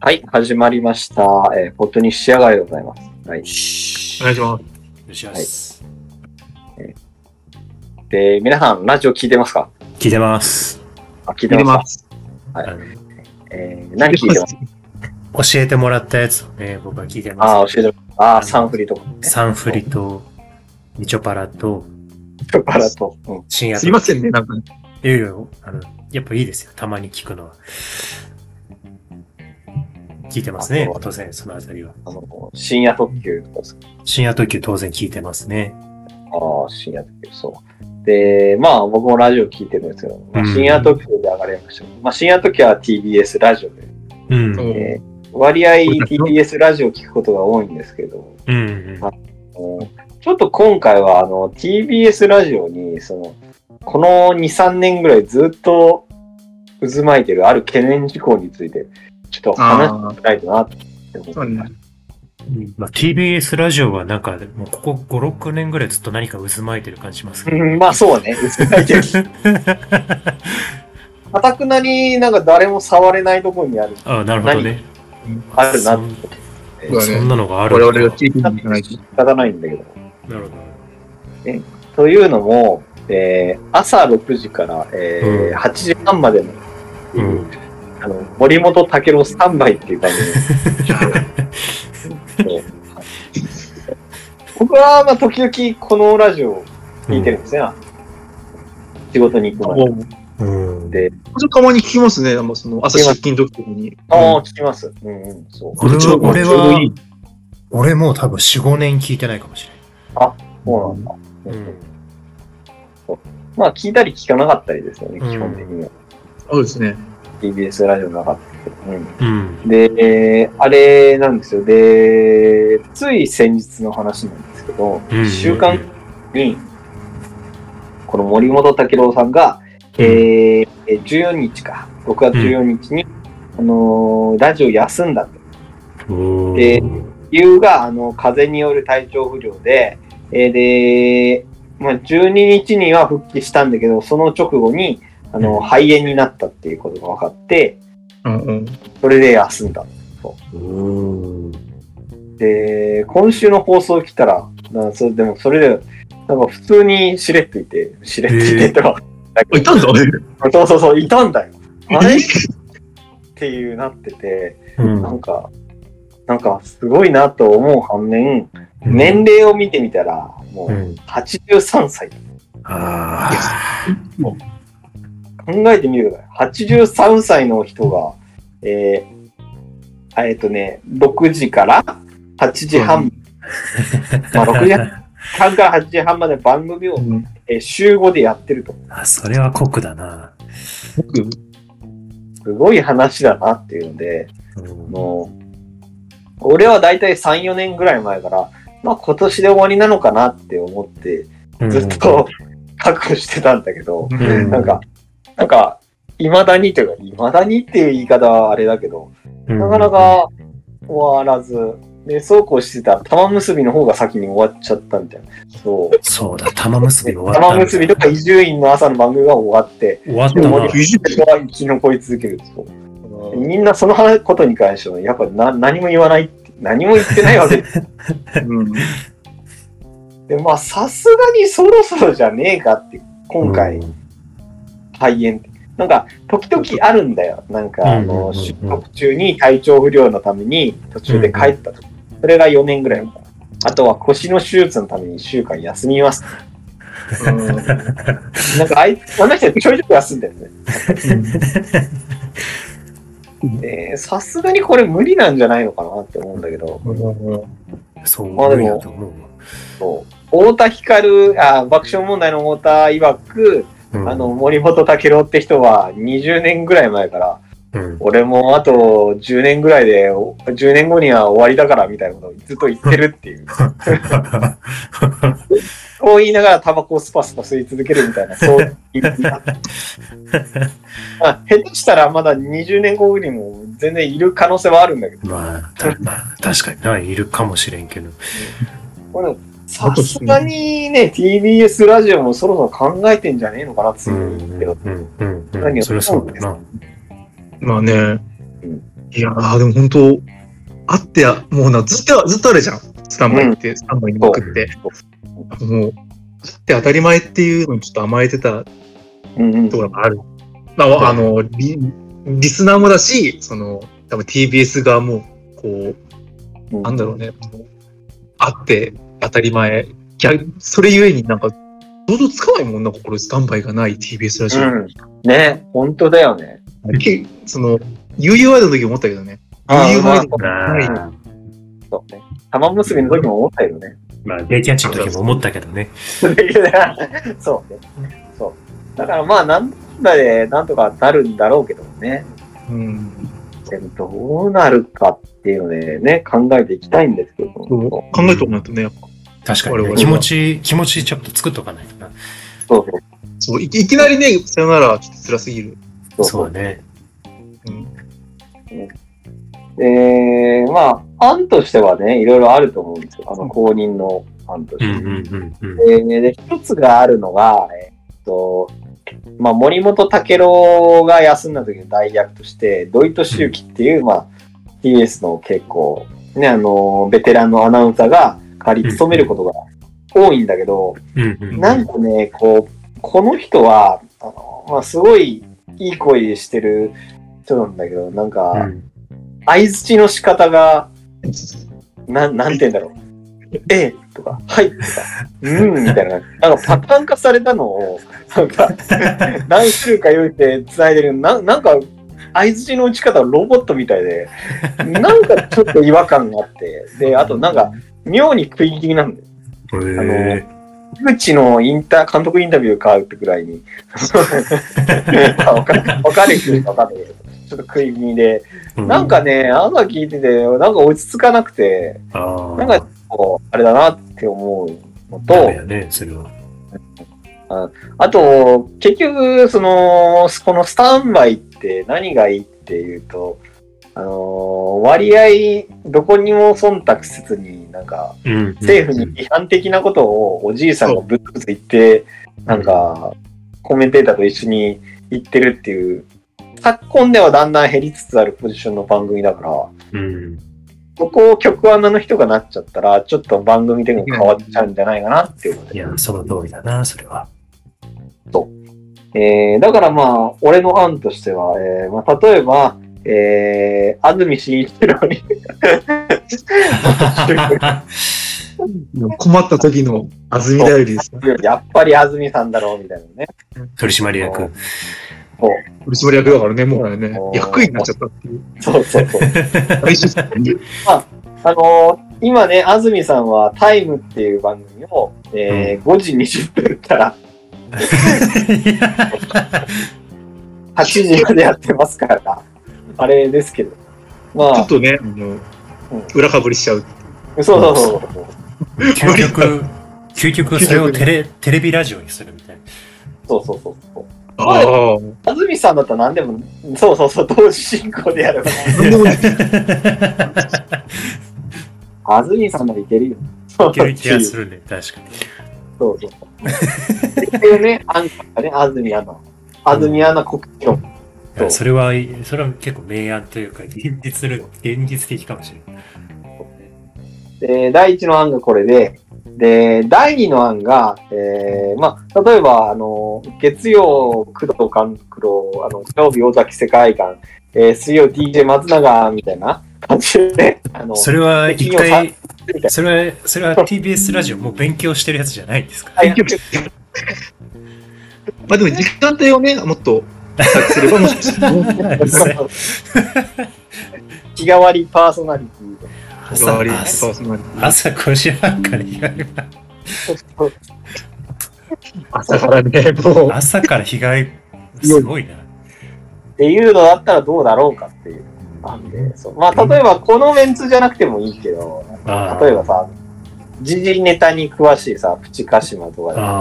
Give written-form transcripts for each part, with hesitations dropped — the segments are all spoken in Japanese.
はい、始まりました。ポットに仕上がりでございます。はい。 お願いします。お願いします。 で、皆さん、ラジオ聞いてますか？ 聞いてます。 あ、聞いてます。はい。何聞いてます？ 教えてもらったやつをね、僕は聞いてます。 あ、教えてもらった。サンフリとか、ね。 サンフリと、みちょぱらと、 深夜と。 すいませんね、なんか。 いやいや、やっぱいいですよ。たまに聞くのは。聞いてますね、当然、そのあたりは。 深夜特急とかですか？ 深夜特急当然聞いてますね。 ああ、深夜特急、そう。で、まあ僕もラジオ聞いてるんですけど、まあ、深夜特急で上がりました。まあ深夜特急は TBS ラジオで。割合 TBS ラジオ聞くことが多いんですけど、ちょっと今回はTBS ラジオにこの2、3年ぐらいずっと渦巻いてるある懸念事項についてちょっと話したいなって思ってます。 まあ、TBS ラジオはなんかもうここ5、6年ぐらいずっと何か渦巻いてる感じしますけど、 まあそうね、渦巻いてる。かたくなになんか誰も触れないところにある。 ああ、なるほどね。 あるなって。 そんなのがある我々が聞いてないと仕方ないんだけど。 なるほど。というのも、朝6時から、8時半までの、森本武郎スタンバイっていう番組僕はまあ時々このラジオを聞いてるんですね。仕事に行く前で。 たまに聞きますね。その朝出勤時に。 ああ、聞きます。そう。 俺もう多分4、5年聞いてないかもしれない。あ、そうなんだ。まあ聞いたり聞かなかったりですよね、基本的には。 そうですね。 TBS ラジオなかったけど。で、あれなんですよ。で、つい先日の話なんですけど、1週間に、この森本武郎さんが、14日か、6月14日に、ラジオ休んだと。で、理由が、風邪による体調不良で、で、まあ、12日には復帰したんだけど、その直後に、肺炎になったっていうことが分かって、それで休んだ。で、今週の放送来たら、でもそれで、なんか普通にしれっといてとか。 いたんだそう、いたんだよ。あれっていうなってて、なんかすごいなと思う反面、年齢を見てみたら、もう83歳。考えてみてください。83歳の人が、6時から8時半、まあ6時半から8時半まで番組を、週5でやってると。 それは酷だな。 すごい話だなっていうので、俺はだいたい3、4年ぐらい前から、まあ今年で終わりなのかなって思って、ずっと覚悟してたんだけど、なんか、未だにっていう言い方はあれだけど、なかなか終わらず、で、そうこうしてたら玉結びの方が先に終わっちゃったみたいな。 そうだ、玉結び終わった。 玉結びとか伊集院の朝の番組が終わって、 終わったな。 生き残り続ける。みんなそのことに関しては、やっぱ何も言わない。何も言ってないわけです。で、まあ、さすがにそろそろじゃねえかって、今回、肺炎って。なんか、時々あるんだよ。なんか、出国中に体調不良のために途中で帰ったと。それが4年ぐらい前。あとは腰の手術のために1週間休みます。なんか、あの人ちょいちょい休んでるね。さすがにこれ無理なんじゃないのかなって思うんだけど。 まあでも、 太田光、爆笑問題の太田曰く、森本武郎って人は20年ぐらい前から、俺もあと10年ぐらいで、10年後には終わりだからみたいなことをずっと言ってるっていう。そう言いながらタバコをスパスパ吸い続けるみたいな、そういう。下手したらまだ20年後にも全然いる可能性はあるんだけど。 まあ、確かにいるかもしれんけど。 さすがにね、TBS ラジオもそろそろ考えてんじゃねえのかなって言うけど。 それそうだな。 まあね。 いやー、でも本当、あってや、もうずっとあるじゃん。スタンバイって、スタンバイにまくって。もう、あって当たり前っていうのにちょっと甘えてたところがある。まあ、リスナーもだし、多分 TBS 側も、こう、なんだろうね、あって当たり前。それゆえになんか、想像つかないもんな、これスタンバイがない TBS ラジオ。 ね、本当だよね。 UU ワイドの時思ったけどね。UU ワイドがない。 そうね。玉結びの時も思ったよね。 まあ、デイキャッチの時も思ったけどね。 そうね。そう。だからまあ、なんとかなるんだろうけどね。でもどうなるかっていうのでね、考えていきたいんですけど。 考えておかないとね、やっぱ。 確かに、ね、気持ちちょっと作っとかないとな。 そう。いきなりね、さよならちょっと辛すぎる。 そうね。 まあ、案としてはね、いろいろあると思うんですよ。公認の案として。で、一つがあるのが、まあ、森本武郎が休んだ時の代役として、土井敏之っていう、まあ、TBS の結構、ね、ベテランのアナウンサーが代わり務めることが多いんだけど、なんかね、この人は、まあ、すごいいい声してる人なんだけど、なんか、相づちの仕方が、なんて言うんだろう。とか、はいとか、みたいな。なんかパターン化されたのを、なんか、何種類か言うて繋いでる。なんか、相づちの打ち方はロボットみたいで、なんかちょっと違和感があって、で、あとなんか、妙に食い気味なんだよ。井口の監督インタビュー買うってくらいに、わかる人にわかんないけど、ちょっと食い気味で、なんかね、朝聞いてて、なんか落ち着かなくて、なんか、あれだなって思うのと、あと、結局、このスタンバイって何がいいっていうと、割合、どこにも忖度せずに、なんか、政府に批判的なことをおじいさんがぶっぶつ言って、なんか、コメンテーターと一緒に言ってるっていう、昨今ではだんだん減りつつあるポジションの番組だから、そこを局アナの人がなっちゃったら、ちょっと番組的に変わっちゃうんじゃないかなっていう。 いや、その通りだな、それは。 そう。だからまあ、俺の案としては、まあ、例えば、安住紳一郎に困った時の安住だよりですね。 やっぱり安住さんだろうみたいなね。 取締役。 取締役だからね、もうね、役員になっちゃったっていう。 今ね、安住さんはタイムっていう番組を、5時20分から8時までやってますから、あれですけど。まあ、 ちょっとね、裏かぶりしちゃう。 そう。 究極それをテレビラジオにするみたいな。 そう。安住さんだったら何でも、そう、同時進行でやれば。安住さんならいけるよ。 いける気がするね、確かに。 そう。っていうね、アンカーがね、安住アナ告知論。 それは結構明暗というか、現実的かもしれない。 で、第1の案がこれで、第2の案が、まあ、例えば、月曜、工藤官九郎、火曜日、尾崎世界観、水曜、DJ 松永みたいな感じで、 それは一体、それは TBS ラジオもう勉強してるやつじゃないんですか？ 勉強してる。まあでも時間帯をね、もっと、すればもしかしたら。 日替わりパーソナリティ。 朝5時半から日帰り。 朝からね、もう。 朝から日帰り、すごいな。 っていうのだったらどうだろうかっていう。なんで、まあ、例えばこのメンツじゃなくてもいいけど、例えばさ、時事ネタに詳しいさ、プチカシマとかで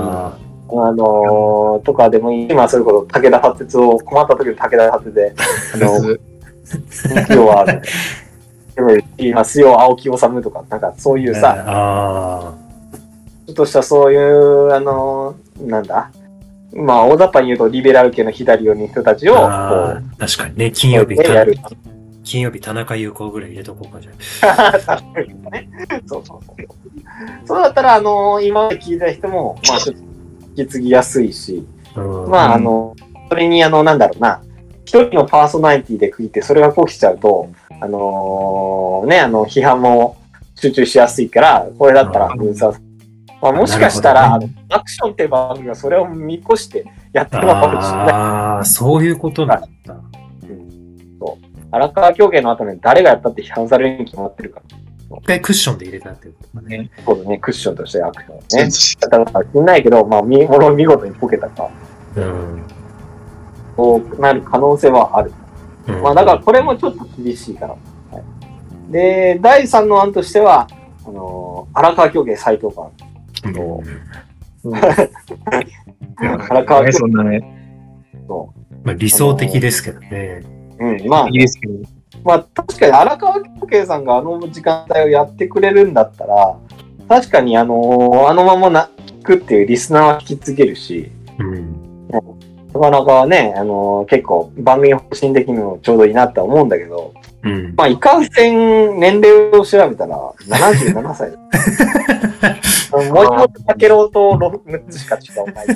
もいい。とかでもいい。今、それこそ武田発鉄を、困った時の武田発鉄で、要は、水曜青木治とか、なんかそういうさ、ちょっとしたそういう、なんだ、まあ、大雑把に言うとリベラル系の左寄りの人たちを、 確かにね、金曜日金曜日田中優子ぐらい入れとこうかじゃそう。そうだったら、今まで聞いた人も、まあ、ちょっと引き継ぎやすいし、まあ、それに、なんだろうな、一人のパーソナリティで区切って、それがこうしちゃうと、批判も集中しやすいから、これだったら、まあ、もしかしたら、アクションっていう番組はそれを見越してやってるのかもしれない。 ああ、そういうことなんだ。 そう。荒川狂言の後に誰がやったって批判されるに決まってるから。 一回クッションで入れたってことかね。 そうだね、クッションとしてアクションね。だから、知んないけど、まあ、見事にボケたか。そうなる可能性はある。まあ、だからこれもちょっと厳しいから。はい、で、第3の案としては、荒川狂言斎藤版。 荒川狂言。そんなね。 そう。まあ、理想的ですけどね。 まあ、いいですけど。まあ、確かに荒川狂言さんが時間帯をやってくれるんだったら、確かにまま聞くっていうリスナーは引き継げるし、なかなかね、結構番組を更新できるのちょうどいいなって思うんだけど、まあ、いかんせん年齢を調べたら77歳。もう一つかけろうと6つしか違うない。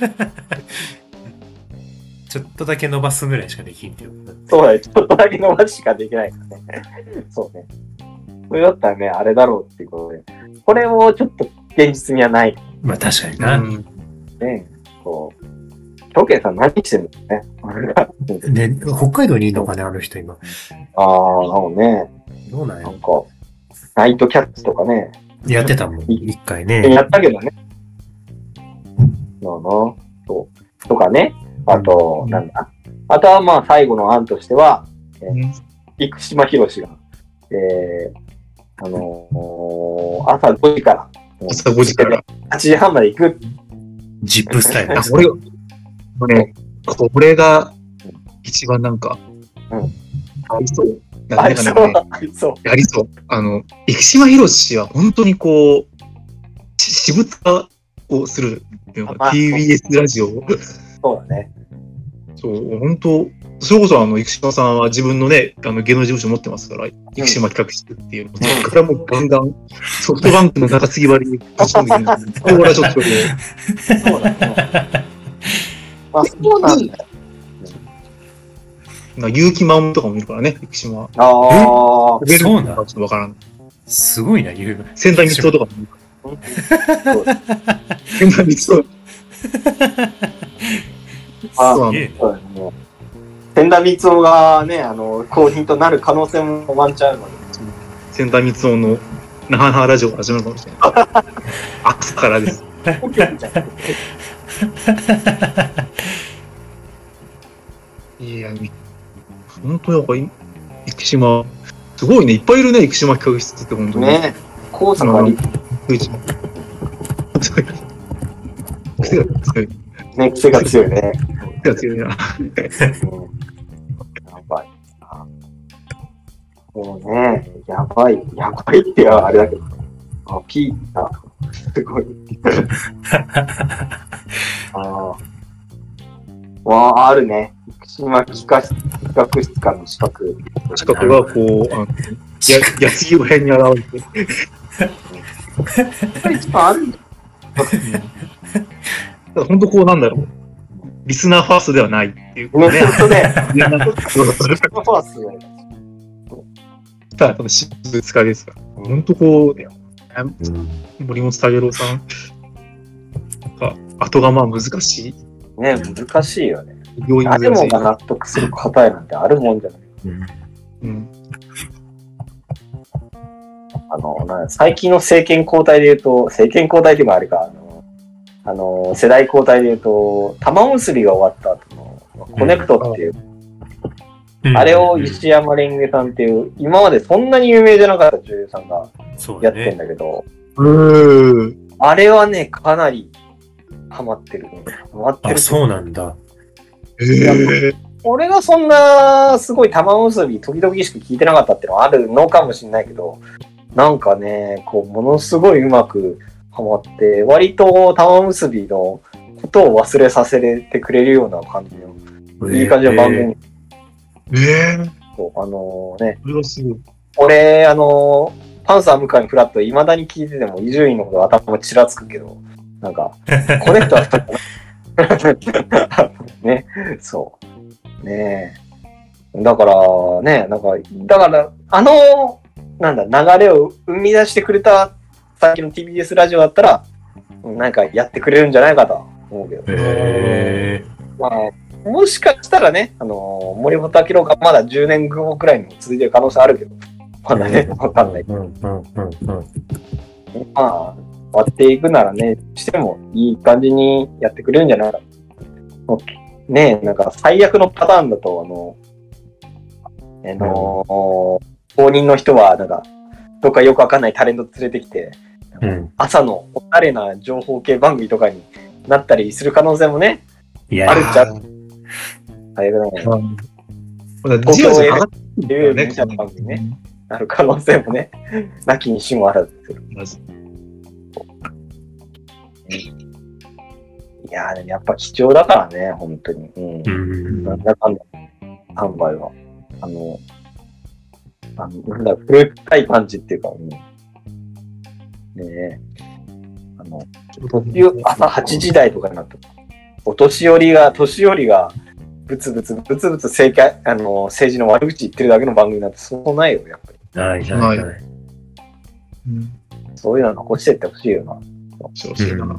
ちょっとだけ伸ばすぐらいしかできんっていう。 そうだね、ちょっとだけ伸ばすしかできないからね。そうね。それだったらね、あれだろうっていうことで。これもちょっと現実味はない。 まあ確かにな。 ね、そう。狂言さん何してるのね。北海道にいるのかね、あの人今。 ね。 どうなんや。 なんか、ナイトキャッツとかね。 やってたもん、一回ね。 やったけどね。そう。とかね。あと、なんだ。あとはまあ最後の案としては、生島博士が、朝5時から。 朝5時から。 8時半まで行く。 ジップスタイル。 これが一番なんか、ありそう。 ありそう。 ありそう。生島博士は本当にこう、私物化をするっていうのが TBS ラジオ。 そうだね。 そう、本当、それこそ生島さんは自分のね、芸能事務所持ってますから、生島企画室っていうの。そこからもうガンガン、ソフトバンクの中継ぎ割りにぶち込んでくるんです。これはちょっとそうだね。まあ、そうなんだよ。 結城まんとかもいるからね、生島。 そうなんだ。 ちょっとわからん。 すごいな、 仙台光雄とかもいるから。仙台光雄。 そうね。千田光雄がね、後任となる可能性もワンチャンあるので。 千田光雄の那覇ラジオが始まるかもしれない。朝からです。いや、本当やっぱ生島、すごいね、いっぱいいるね、生島企画室って本当に。ね、 高さがあり。 癖が強い。 ね、癖が強いね。 癖が強いな。やばい。もうね、やばいってあれだけど。ピーター、すごい。あるね。生島企画室からの資格。 資格がこう、矢継ぎ早に現れて。 一番あるんだ。 本当こうなんだろう。リスナーファーストではないっていうことね。 本当ね。リスナーファーストではない。 ただ、私物化ですが。本当こう、森本武郎さん。後がまあ難しい。 ね、難しいよね。誰もが納得する答えなんてあるもんじゃない。最近の政権交代で言うと、政権交代っていうかあれか、世代交代で言うと、玉結びが終わった後のコネクトっていう、あれを石山レンゲさんっていう、今までそんなに有名じゃなかった女優さんがやってんだけど、あれはね、かなりハマってる。 そうなんだ。 俺がそんなすごい玉結び時々しか聞いてなかったっていうのはあるのかもしれないけど、なんかね、こう、ものすごいうまくハマって、割と玉結びのことを忘れさせてくれるような感じの、いい感じの番組。 そうね。 それはすごい。 俺、パンサー向井のフラット、未だに聞いてても、伊集院のこと頭ちらつくけど、なんか、コネクトはしたかな。ね、そう。ねえ。だから、ね、だから、なんだ、流れを生み出してくれた、さっきの TBS ラジオだったら、なんかやってくれるんじゃないかと思うけど。まあ、もしかしたらね、森本明郎がまだ10年後くらいにも続いてる可能性あるけど、まだね、わかんない。まあ、終わっていくならね、してもいい感じにやってくれるんじゃないか。ねえ、なんか最悪のパターンだと、公認の人は、なんか、どっかよくわかんないタレント連れてきて、朝のおしゃれな情報系番組とかになったりする可能性もね、あるっちゃ。最悪だね。東京 FM みたいな番組ね、なる可能性もね、なきにしもあらずでする。いやー、でもやっぱ貴重だからね、本当に。なんだかんだ、販売は。なんだ、古臭い感じっていうか、ねえ。朝8時台とかになった。年寄りが、ブツブツ政治の悪口言ってるだけの番組なんてそうないよ、やっぱり。 ない。 そういうの残してってほしいよな。 そうしいな。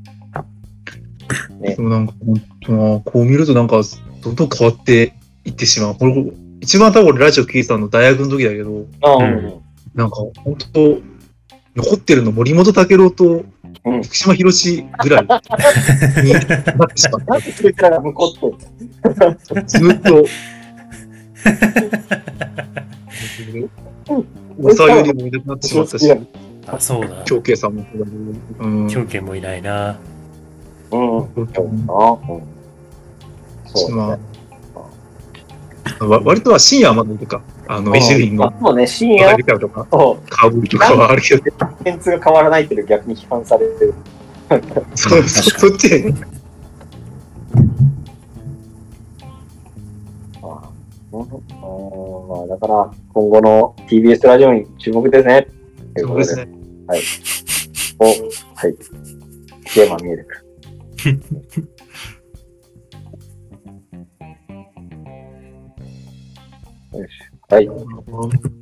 ね、でもなんか本当こう見るとなんかどんどん変わっていってしまう。これ一番多分俺ラジオ聞いてたの大学の時だけど、なんか本当残ってるの森本武郎と福島博史ぐらいになってしまった。 なんでそれから残ってるずっと。おさよりもいなくなってしまったし。 あ、そうだ。 京慶さんも京慶もいないな。 割とは深夜はまだいるか。伊集院の。 そうね、深夜とか、カーブとかはあるけど。 メンツが変わらないっていう逆に批判されてる。 そっちで。 だから、今後の TBS ラジオに注目ですね。 そうですね。 はい。はい。テーマ見えてくる。よし。はい。